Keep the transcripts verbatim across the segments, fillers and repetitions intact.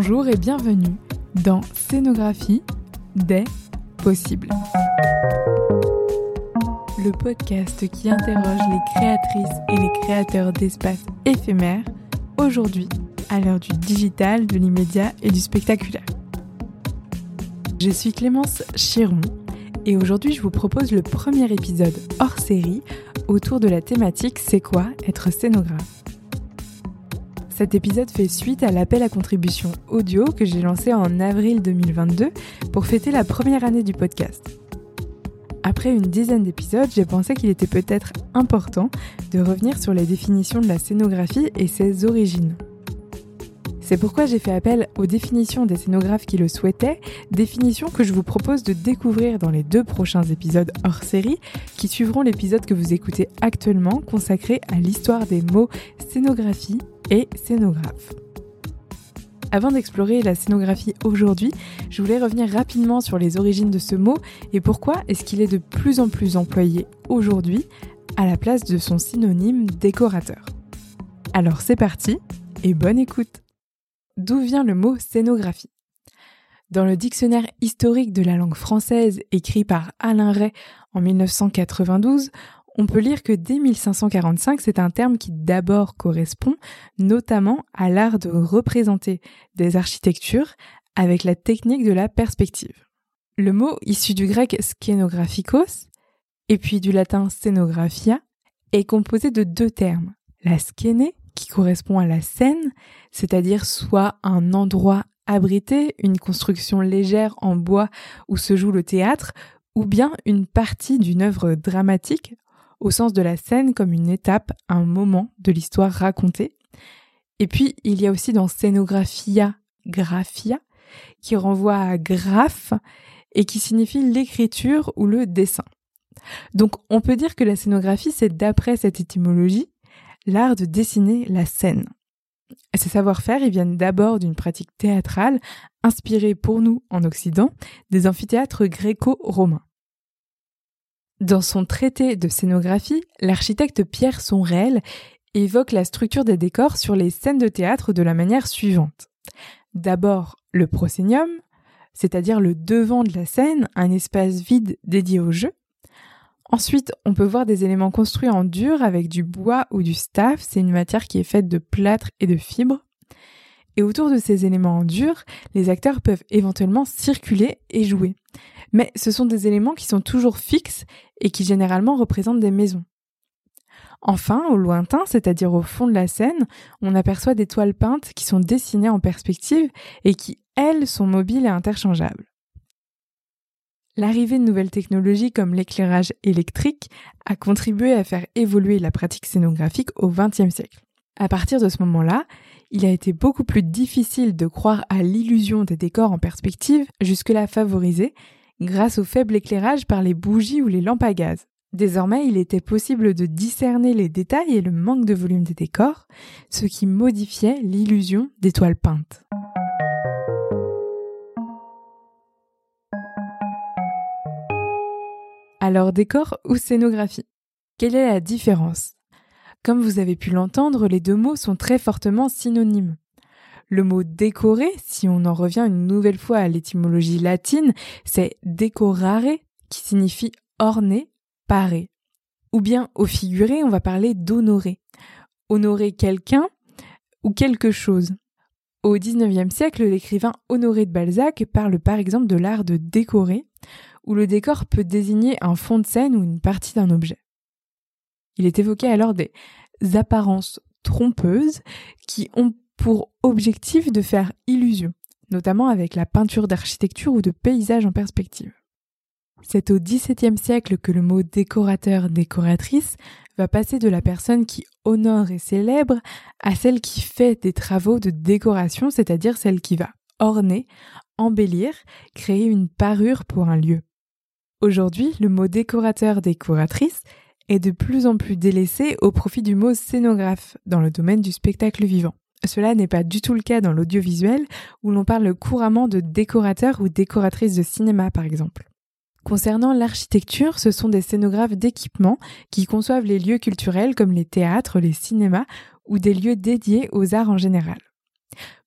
Bonjour et bienvenue dans Scénographie des possibles. Le podcast qui interroge les créatrices et les créateurs d'espaces éphémères, aujourd'hui à l'heure du digital, de l'immédiat et du spectaculaire. Je suis Clémence Chiron et aujourd'hui je vous propose le premier épisode hors série autour de la thématique « C'est quoi être scénographe ?» Cet épisode fait suite à l'appel à contribution audio que j'ai lancé en avril deux mille vingt-deux pour fêter la première année du podcast. Après une dizaine d'épisodes, j'ai pensé qu'il était peut-être important de revenir sur les définitions de la scénographie et ses origines. C'est pourquoi j'ai fait appel aux définitions des scénographes qui le souhaitaient, définitions que je vous propose de découvrir dans les deux prochains épisodes hors série qui suivront l'épisode que vous écoutez actuellement consacré à l'histoire des mots scénographie et scénographe. Avant d'explorer la scénographie aujourd'hui, je voulais revenir rapidement sur les origines de ce mot et pourquoi est-ce qu'il est de plus en plus employé aujourd'hui à la place de son synonyme décorateur. Alors c'est parti et bonne écoute! D'où vient le mot scénographie ? Dans le dictionnaire historique de la langue française écrit par Alain Ray en dix-neuf cent quatre-vingt-douze, on peut lire que dès mille cinq cent quarante-cinq, c'est un terme qui d'abord correspond notamment à l'art de représenter des architectures avec la technique de la perspective. Le mot issu du grec skénographikos et puis du latin scénographia est composé de deux termes, la skéné qui correspond à la scène, c'est-à-dire soit un endroit abrité, une construction légère en bois où se joue le théâtre, ou bien une partie d'une œuvre dramatique, au sens de la scène comme une étape, un moment de l'histoire racontée. Et puis, il y a aussi dans scénographia, graphia, qui renvoie à graphe et qui signifie l'écriture ou le dessin. Donc, on peut dire que la scénographie, c'est d'après cette étymologie, l'art de dessiner la scène. Ces savoir-faire, ils viennent d'abord d'une pratique théâtrale inspirée pour nous, en Occident, des amphithéâtres gréco-romains. Dans son traité de scénographie, l'architecte Pierre Sonrel évoque la structure des décors sur les scènes de théâtre de la manière suivante. D'abord, le proscénium, c'est-à-dire le devant de la scène, un espace vide dédié au jeu. Ensuite, on peut voir des éléments construits en dur avec du bois ou du staff, c'est une matière qui est faite de plâtre et de fibres. Et autour de ces éléments en dur, les acteurs peuvent éventuellement circuler et jouer. Mais ce sont des éléments qui sont toujours fixes et qui généralement représentent des maisons. Enfin, au lointain, c'est-à-dire au fond de la scène, on aperçoit des toiles peintes qui sont dessinées en perspective et qui, elles, sont mobiles et interchangeables. L'arrivée de nouvelles technologies comme l'éclairage électrique a contribué à faire évoluer la pratique scénographique au vingtième siècle. À partir de ce moment-là, il a été beaucoup plus difficile de croire à l'illusion des décors en perspective, jusque-là favorisée, grâce au faible éclairage par les bougies ou les lampes à gaz. Désormais, il était possible de discerner les détails et le manque de volume des décors, ce qui modifiait l'illusion des toiles peintes. Alors, décor ou scénographie ? Quelle est la différence ? Comme vous avez pu l'entendre, les deux mots sont très fortement synonymes. Le mot décorer, si on en revient une nouvelle fois à l'étymologie latine, c'est decorare, qui signifie orner, parer. Ou bien au figuré, on va parler d'honorer. Honorer quelqu'un ou quelque chose. Au dix-neuvième siècle, l'écrivain Honoré de Balzac parle par exemple de l'art de décorer, où le décor peut désigner un fond de scène ou une partie d'un objet. Il est évoqué alors des apparences trompeuses qui ont pour objectif de faire illusion, notamment avec la peinture d'architecture ou de paysage en perspective. C'est au dix-septième siècle que le mot décorateur-décoratrice va passer de la personne qui honore et célèbre à celle qui fait des travaux de décoration, c'est-à-dire celle qui va orner, embellir, créer une parure pour un lieu. Aujourd'hui, le mot décorateur-décoratrice est de plus en plus délaissé au profit du mot scénographe dans le domaine du spectacle vivant. Cela n'est pas du tout le cas dans l'audiovisuel où l'on parle couramment de décorateur ou décoratrice de cinéma par exemple. Concernant l'architecture, ce sont des scénographes d'équipement qui conçoivent les lieux culturels comme les théâtres, les cinémas ou des lieux dédiés aux arts en général.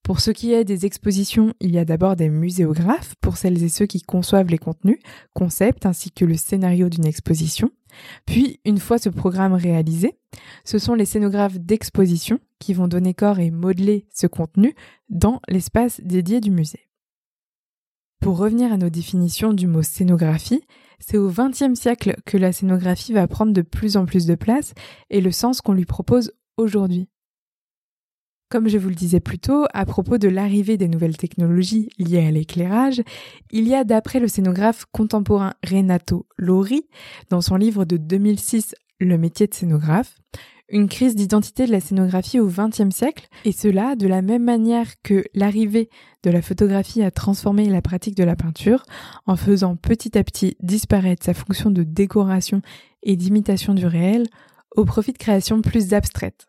Pour ce qui est des expositions, il y a d'abord des muséographes, pour celles et ceux qui conçoivent les contenus, concepts ainsi que le scénario d'une exposition. Puis, une fois ce programme réalisé, ce sont les scénographes d'exposition qui vont donner corps et modeler ce contenu dans l'espace dédié du musée. Pour revenir à nos définitions du mot scénographie, c'est au vingtième siècle que la scénographie va prendre de plus en plus de place et le sens qu'on lui propose aujourd'hui. Comme je vous le disais plus tôt, à propos de l'arrivée des nouvelles technologies liées à l'éclairage, il y a d'après le scénographe contemporain Renato Lori, dans son livre de deux mille six « Le métier de scénographe », une crise d'identité de la scénographie au vingtième siècle, et cela de la même manière que l'arrivée de la photographie a transformé la pratique de la peinture, en faisant petit à petit disparaître sa fonction de décoration et d'imitation du réel, au profit de créations plus abstraites.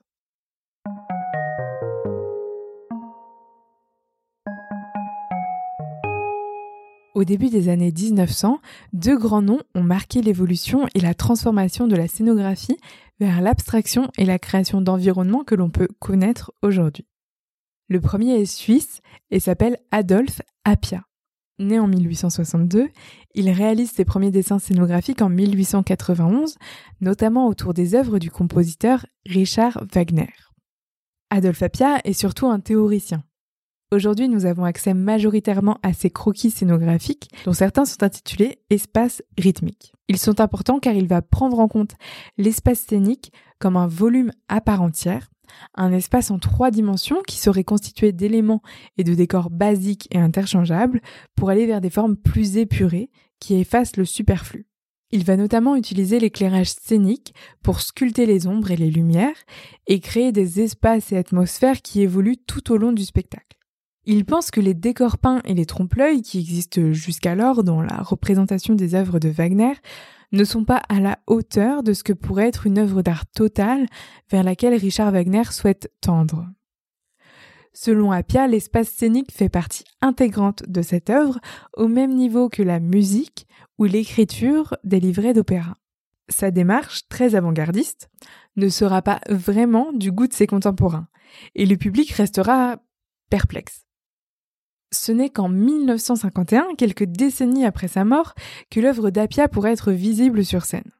Au début des années dix-neuf cents, deux grands noms ont marqué l'évolution et la transformation de la scénographie vers l'abstraction et la création d'environnements que l'on peut connaître aujourd'hui. Le premier est suisse et s'appelle Adolphe Appia. Né en mille huit cent soixante-deux, il réalise ses premiers dessins scénographiques en mille huit cent quatre-vingt-onze, notamment autour des œuvres du compositeur Richard Wagner. Adolphe Appia est surtout un théoricien. Aujourd'hui, nous avons accès majoritairement à ces croquis scénographiques, dont certains sont intitulés « espaces rythmiques ». Ils sont importants car il va prendre en compte l'espace scénique comme un volume à part entière, un espace en trois dimensions qui serait constitué d'éléments et de décors basiques et interchangeables pour aller vers des formes plus épurées qui effacent le superflu. Il va notamment utiliser l'éclairage scénique pour sculpter les ombres et les lumières et créer des espaces et atmosphères qui évoluent tout au long du spectacle. Il pense que les décors peints et les trompe-l'œil qui existent jusqu'alors dans la représentation des œuvres de Wagner ne sont pas à la hauteur de ce que pourrait être une œuvre d'art totale vers laquelle Richard Wagner souhaite tendre. Selon Appia, l'espace scénique fait partie intégrante de cette œuvre au même niveau que la musique ou l'écriture des livrets d'opéra. Sa démarche, très avant-gardiste, ne sera pas vraiment du goût de ses contemporains et le public restera perplexe. Ce n'est qu'en mille neuf cent cinquante et un, quelques décennies après sa mort, que l'œuvre d'Appia pourrait être visible sur scène.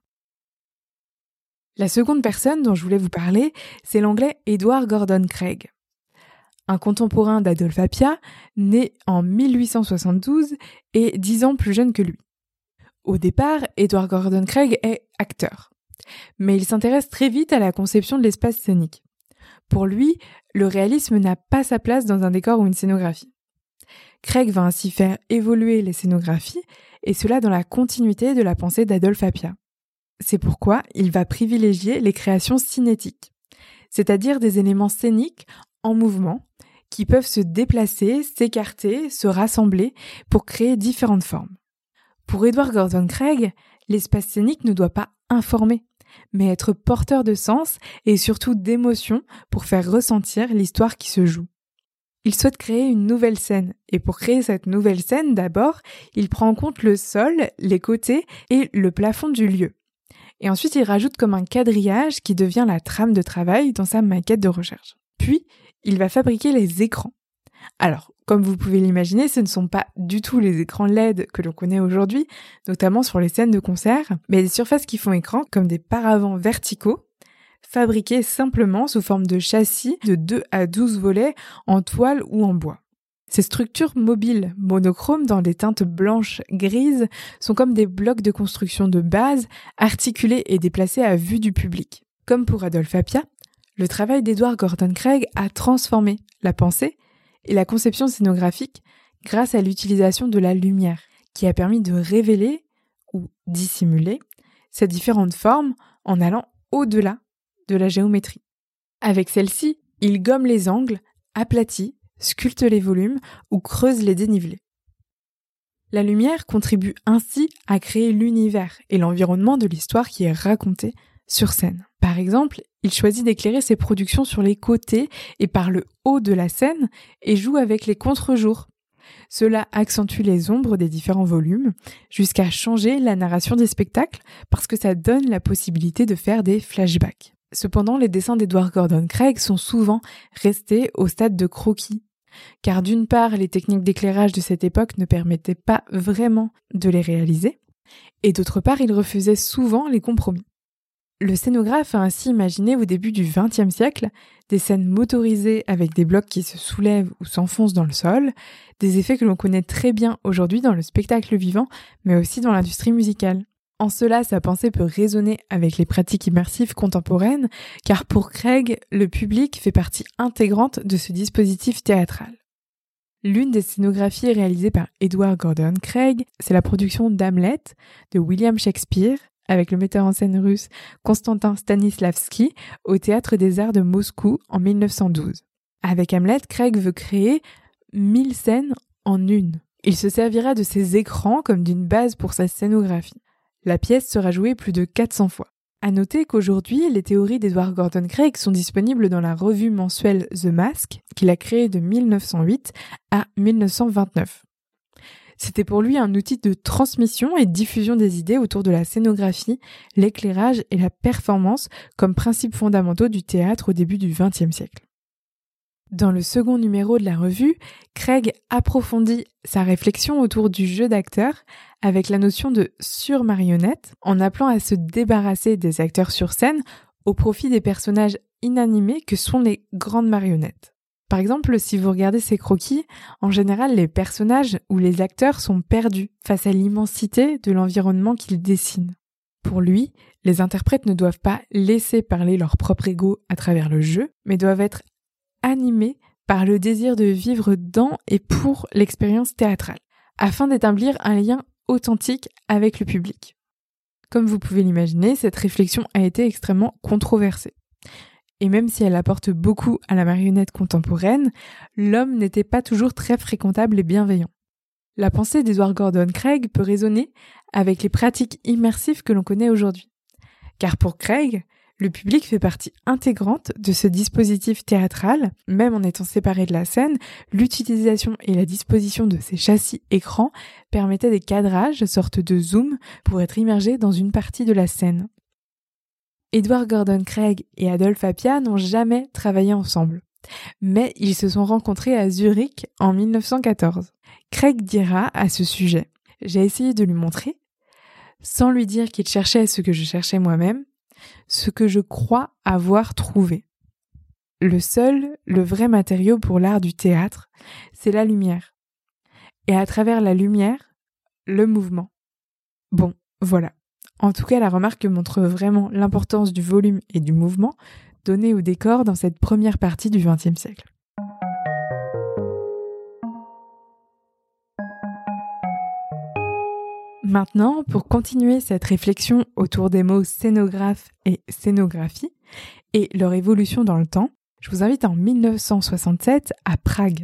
La seconde personne dont je voulais vous parler, c'est l'anglais Edward Gordon Craig. Un contemporain d'Adolphe Appia, né en mille huit cent soixante-douze et dix ans plus jeune que lui. Au départ, Edward Gordon Craig est acteur, mais il s'intéresse très vite à la conception de l'espace scénique. Pour lui, le réalisme n'a pas sa place dans un décor ou une scénographie. Craig va ainsi faire évoluer les scénographies, et cela dans la continuité de la pensée d'Adolphe Appia. C'est pourquoi il va privilégier les créations cinétiques, c'est-à-dire des éléments scéniques en mouvement, qui peuvent se déplacer, s'écarter, se rassembler pour créer différentes formes. Pour Edward Gordon Craig, l'espace scénique ne doit pas informer, mais être porteur de sens et surtout d'émotions pour faire ressentir l'histoire qui se joue. Il souhaite créer une nouvelle scène, et pour créer cette nouvelle scène, d'abord, il prend en compte le sol, les côtés et le plafond du lieu. Et ensuite, il rajoute comme un quadrillage qui devient la trame de travail dans sa maquette de recherche. Puis, il va fabriquer les écrans. Alors, comme vous pouvez l'imaginer, ce ne sont pas du tout les écrans L E D que l'on connaît aujourd'hui, notamment sur les scènes de concert, mais des surfaces qui font écran comme des paravents verticaux, fabriqués simplement sous forme de châssis de deux à douze volets en toile ou en bois. Ces structures mobiles monochromes dans des teintes blanches grises sont comme des blocs de construction de base articulés et déplacés à vue du public. Comme pour Adolphe Appia, le travail d'Edward Gordon Craig a transformé la pensée et la conception scénographique grâce à l'utilisation de la lumière, qui a permis de révéler ou dissimuler ces différentes formes en allant au-delà de la géométrie. Avec celle-ci, il gomme les angles, aplatit, sculpte les volumes ou creuse les dénivelés. La lumière contribue ainsi à créer l'univers et l'environnement de l'histoire qui est racontée sur scène. Par exemple, il choisit d'éclairer ses productions sur les côtés et par le haut de la scène et joue avec les contre-jours. Cela accentue les ombres des différents volumes jusqu'à changer la narration des spectacles parce que ça donne la possibilité de faire des flashbacks. Cependant, les dessins d'Edward Gordon Craig sont souvent restés au stade de croquis. car d'une part, les techniques d'éclairage de cette époque ne permettaient pas vraiment de les réaliser, et d'autre part, il refusait souvent les compromis. Le scénographe a ainsi imaginé au début du vingtième siècle des scènes motorisées avec des blocs qui se soulèvent ou s'enfoncent dans le sol, des effets que l'on connaît très bien aujourd'hui dans le spectacle vivant, mais aussi dans l'industrie musicale. En cela, sa pensée peut résonner avec les pratiques immersives contemporaines, car pour Craig, le public fait partie intégrante de ce dispositif théâtral. L'une des scénographies réalisées par Edward Gordon Craig, c'est la production d'Hamlet de William Shakespeare, avec le metteur en scène russe Konstantin Stanislavski au Théâtre des Arts de Moscou en mille neuf cent douze. Avec Hamlet, Craig veut créer mille scènes en une. Il se servira de ces écrans comme d'une base pour sa scénographie. La pièce sera jouée plus de quatre cents fois. À noter qu'aujourd'hui, les théories d'Edward Gordon Craig sont disponibles dans la revue mensuelle The Mask, qu'il a créée de mille neuf cent huit à mille neuf cent vingt-neuf. C'était pour lui un outil de transmission et de diffusion des idées autour de la scénographie, l'éclairage et la performance comme principes fondamentaux du théâtre au début du vingtième siècle. Dans le second numéro de la revue, Craig approfondit sa réflexion autour du jeu d'acteur avec la notion de surmarionnette, en appelant à se débarrasser des acteurs sur scène au profit des personnages inanimés que sont les grandes marionnettes. Par exemple, si vous regardez ces croquis, en général, les personnages ou les acteurs sont perdus face à l'immensité de l'environnement qu'ils dessinent. Pour lui, les interprètes ne doivent pas laisser parler leur propre ego à travers le jeu, mais doivent être animés par le désir de vivre dans et pour l'expérience théâtrale, afin d'établir un lien authentique avec le public. Comme vous pouvez l'imaginer, cette réflexion a été extrêmement controversée. Et même si elle apporte beaucoup à la marionnette contemporaine, l'homme n'était pas toujours très fréquentable et bienveillant. La pensée d'Edward Gordon Craig peut résonner avec les pratiques immersives que l'on connaît aujourd'hui. Car pour Craig, le public fait partie intégrante de ce dispositif théâtral, même en étant séparé de la scène, l'utilisation et la disposition de ces châssis écrans permettaient des cadrages, sorte de zoom, pour être immergé dans une partie de la scène. Edward Gordon Craig et Adolphe Appia n'ont jamais travaillé ensemble, mais ils se sont rencontrés à Zurich en mille neuf cent quatorze. Craig dira à ce sujet « J'ai essayé de lui montrer, sans lui dire qu'il cherchait ce que je cherchais moi-même, ce que je crois avoir trouvé. Le seul, le vrai matériau pour l'art du théâtre, c'est la lumière. Et à travers la lumière, le mouvement. Bon, voilà. En tout cas, la remarque montre vraiment l'importance du volume et du mouvement donné au décor dans cette première partie du vingtième siècle. Maintenant, pour continuer cette réflexion autour des mots scénographe et scénographie et leur évolution dans le temps, je vous invite en mille neuf cent soixante-sept à Prague.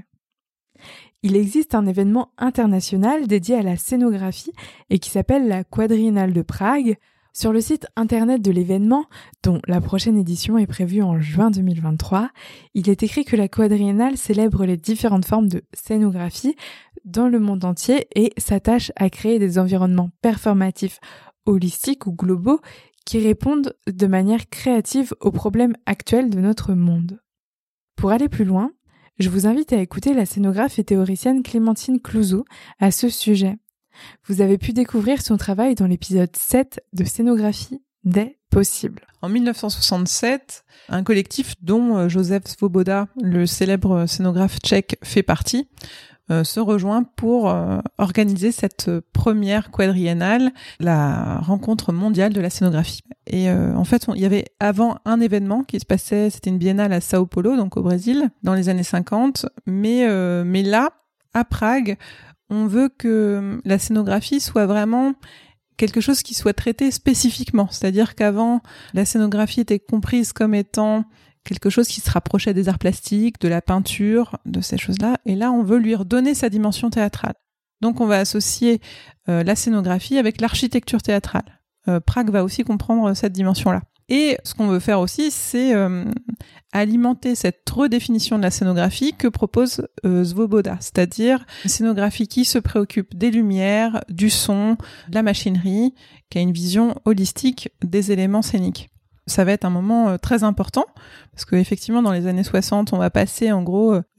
Il existe un événement international dédié à la scénographie et qui s'appelle la Quadriennale de Prague. Sur le site internet de l'événement, dont la prochaine édition est prévue en juin deux mille vingt-trois, il est écrit que la Quadriennale célèbre les différentes formes de scénographie dans le monde entier et s'attache à créer des environnements performatifs holistiques ou globaux qui répondent de manière créative aux problèmes actuels de notre monde. Pour aller plus loin, je vous invite à écouter la scénographe et théoricienne Clémentine Clouzot à ce sujet. Vous avez pu découvrir son travail dans l'épisode sept de Scénographie des possibles. En mille neuf cent soixante-sept, un collectif dont Josef Svoboda, le célèbre scénographe tchèque, fait partie, euh, se rejoint pour euh, organiser cette première quadriennale, la rencontre mondiale de la scénographie. Et euh, en fait, on, il y avait avant un événement qui se passait, c'était une biennale à Sao Paulo, donc au Brésil, dans les années cinquante, mais, euh, mais là, à Prague, on veut que la scénographie soit vraiment quelque chose qui soit traité spécifiquement. C'est-à-dire qu'avant, la scénographie était comprise comme étant quelque chose qui se rapprochait des arts plastiques, de la peinture, de ces choses-là. Et là, on veut lui redonner sa dimension théâtrale. Donc, on va associer euh, la scénographie avec l'architecture théâtrale. Euh, Prague va aussi comprendre cette dimension-là. Et ce qu'on veut faire aussi, c'est euh, alimenter cette redéfinition de la scénographie que propose euh, Svoboda, c'est-à-dire une scénographie qui se préoccupe des lumières, du son, de la machinerie, qui a une vision holistique des éléments scéniques. Ça va être un moment euh, très important, parce qu'effectivement, dans les années soixante, on va passer en gros euh,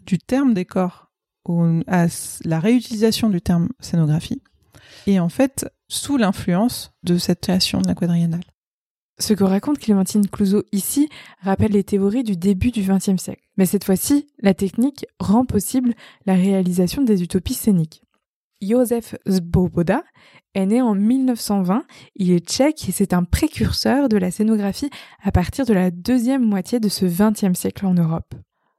du terme décor au, à la réutilisation du terme scénographie, et en fait sous l'influence de cette création de la quadriennale. Ce que raconte Clémentine Clouzot ici rappelle les théories du début du vingtième siècle. Mais cette fois-ci, la technique rend possible la réalisation des utopies scéniques. Josef Svoboda est né en mille neuf cent vingt, il est tchèque et c'est un précurseur de la scénographie à partir de la deuxième moitié de ce vingtième siècle en Europe.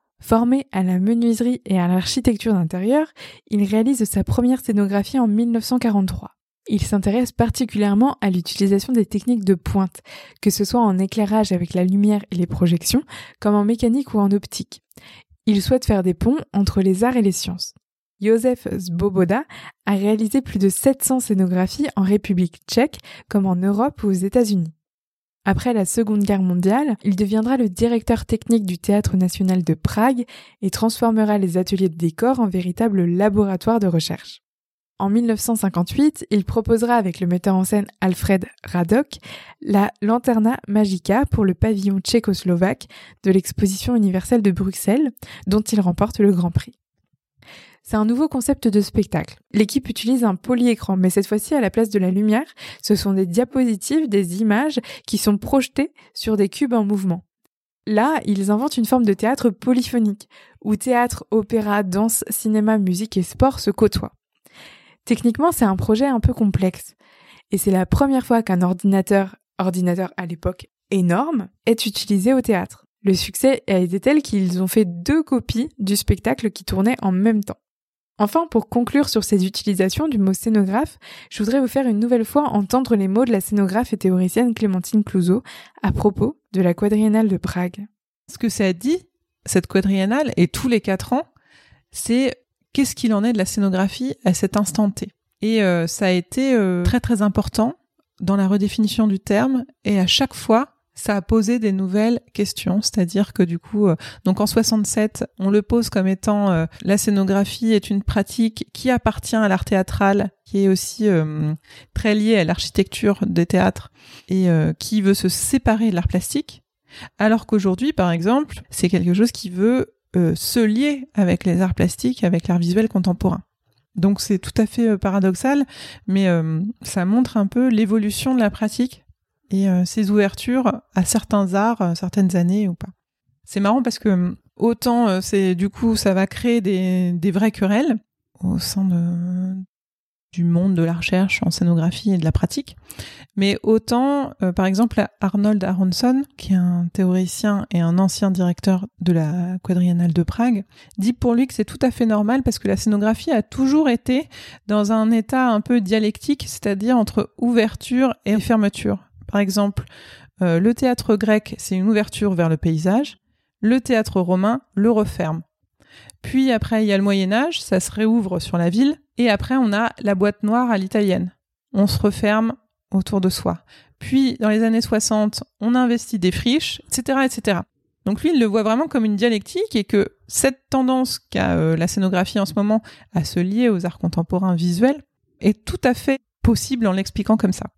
Formé à la menuiserie et à l'architecture d'intérieur, il réalise sa première scénographie en mille neuf cent quarante-trois. Il s'intéresse particulièrement à l'utilisation des techniques de pointe, que ce soit en éclairage avec la lumière et les projections, comme en mécanique ou en optique. Il souhaite faire des ponts entre les arts et les sciences. Josef Svoboda a réalisé plus de sept cents scénographies en République tchèque, comme en Europe ou aux États-Unis. Après la Seconde Guerre mondiale, il deviendra le directeur technique du Théâtre national de Prague et transformera les ateliers de décor en véritables laboratoires de recherche. En mille neuf cent cinquante-huit, il proposera avec le metteur en scène Alfred Radok la Lanterna Magica pour le pavillon tchécoslovaque de l'exposition universelle de Bruxelles, dont il remporte le Grand Prix. C'est un nouveau concept de spectacle. L'équipe utilise un polyécran, mais cette fois-ci, à la place de la lumière, ce sont des diapositives, des images qui sont projetées sur des cubes en mouvement. Là, ils inventent une forme de théâtre polyphonique, où théâtre, opéra, danse, cinéma, musique et sport se côtoient. Techniquement, c'est un projet un peu complexe. Et c'est la première fois qu'un ordinateur, ordinateur à l'époque énorme, est utilisé au théâtre. Le succès a été tel qu'ils ont fait deux copies du spectacle qui tournait en même temps. Enfin, pour conclure sur ces utilisations du mot scénographe, je voudrais vous faire une nouvelle fois entendre les mots de la scénographe et théoricienne Clémentine Clouzot à propos de la quadriennale de Prague. Ce que ça dit, cette quadriennale, et tous les quatre ans, c'est qu'est-ce qu'il en est de la scénographie à cet instant T. Et euh, ça a été euh, très très important dans la redéfinition du terme, et à chaque fois, ça a posé des nouvelles questions, c'est-à-dire que du coup, euh, donc en soixante-sept, on le pose comme étant euh, la scénographie est une pratique qui appartient à l'art théâtral, qui est aussi euh, très liée à l'architecture des théâtres et euh, qui veut se séparer de l'art plastique, alors qu'aujourd'hui, par exemple, c'est quelque chose qui veut euh, se lier avec les arts plastiques, avec l'art visuel contemporain. Donc c'est tout à fait euh, paradoxal, mais euh, ça montre un peu l'évolution de la pratique et euh, ses ouvertures à certains arts, euh, certaines années ou pas. C'est marrant parce que autant euh, c'est du coup ça va créer des, des vraies querelles au sein de, du monde de la recherche en scénographie et de la pratique, mais autant euh, par exemple Arnold Aronson, qui est un théoricien et un ancien directeur de la quadriennale de Prague, dit pour lui que c'est tout à fait normal parce que la scénographie a toujours été dans un état un peu dialectique, c'est-à-dire entre ouverture et fermeture. Par exemple, euh, le théâtre grec, c'est une ouverture vers le paysage. Le théâtre romain le referme. Puis après, il y a le Moyen-Âge, ça se réouvre sur la ville. Et après, on a la boîte noire à l'italienne. On se referme autour de soi. Puis, dans les années soixante, on investit des friches, et cetera, et cetera. Donc lui, il le voit vraiment comme une dialectique et que cette tendance qu'a euh, la scénographie en ce moment à se lier aux arts contemporains visuels est tout à fait possible en l'expliquant comme ça.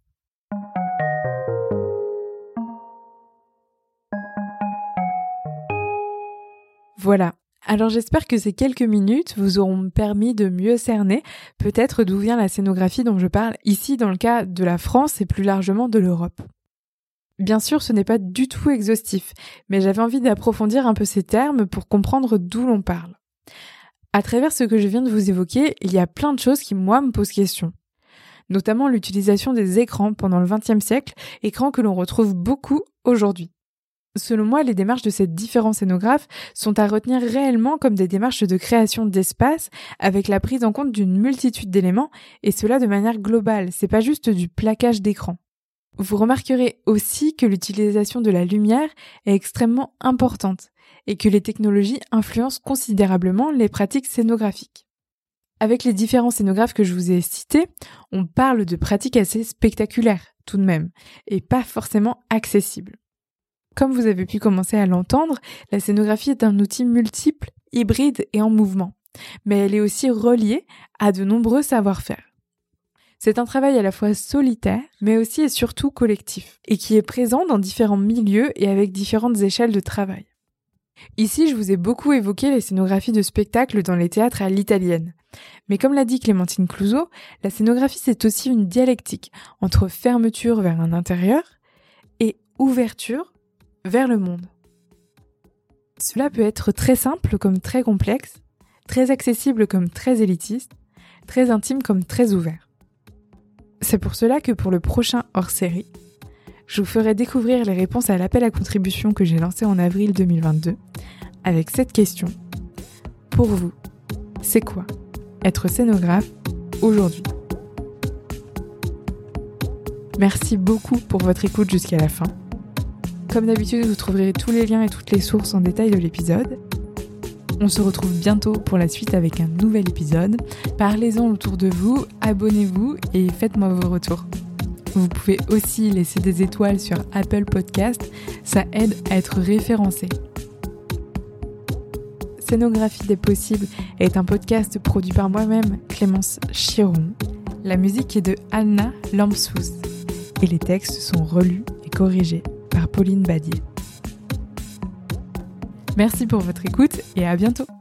Voilà. Alors j'espère que ces quelques minutes vous auront permis de mieux cerner peut-être d'où vient la scénographie dont je parle ici dans le cas de la France et plus largement de l'Europe. Bien sûr, ce n'est pas du tout exhaustif, mais j'avais envie d'approfondir un peu ces termes pour comprendre d'où l'on parle. À travers ce que je viens de vous évoquer, il y a plein de choses qui, moi, me posent question. Notamment l'utilisation des écrans pendant le vingtième siècle, écrans que l'on retrouve beaucoup aujourd'hui. Selon moi, les démarches de ces différents scénographes sont à retenir réellement comme des démarches de création d'espace avec la prise en compte d'une multitude d'éléments et cela de manière globale, c'est pas juste du plaquage d'écran. Vous remarquerez aussi que l'utilisation de la lumière est extrêmement importante et que les technologies influencent considérablement les pratiques scénographiques. Avec les différents scénographes que je vous ai cités, on parle de pratiques assez spectaculaires tout de même et pas forcément accessibles. Comme vous avez pu commencer à l'entendre, la scénographie est un outil multiple, hybride et en mouvement, mais elle est aussi reliée à de nombreux savoir-faire. C'est un travail à la fois solitaire, mais aussi et surtout collectif, et qui est présent dans différents milieux et avec différentes échelles de travail. Ici, je vous ai beaucoup évoqué les scénographies de spectacles dans les théâtres à l'italienne. Mais comme l'a dit Clémentine Clouzot, la scénographie c'est aussi une dialectique entre fermeture vers un intérieur et ouverture vers le monde. Cela peut être très simple comme très complexe, très accessible comme très élitiste, très intime comme très ouvert. C'est pour cela que pour le prochain hors-série, je vous ferai découvrir les réponses à l'appel à contribution que j'ai lancé en avril deux mille vingt-deux avec cette question. Pour vous, c'est quoi être scénographe aujourd'hui ? Merci beaucoup pour votre écoute jusqu'à la fin. Comme d'habitude, vous trouverez tous les liens et toutes les sources en détail de l'épisode. On se retrouve bientôt pour la suite avec un nouvel épisode. Parlez-en autour de vous, abonnez-vous et faites-moi vos retours. Vous pouvez aussi laisser des étoiles sur Apple Podcast, ça aide à être référencé. Scénographie des possibles est un podcast produit par moi-même, Clémence Chiron. La musique est de Anna Lampsous et les textes sont relus et corrigés par Pauline Badier. Merci pour votre écoute et à bientôt.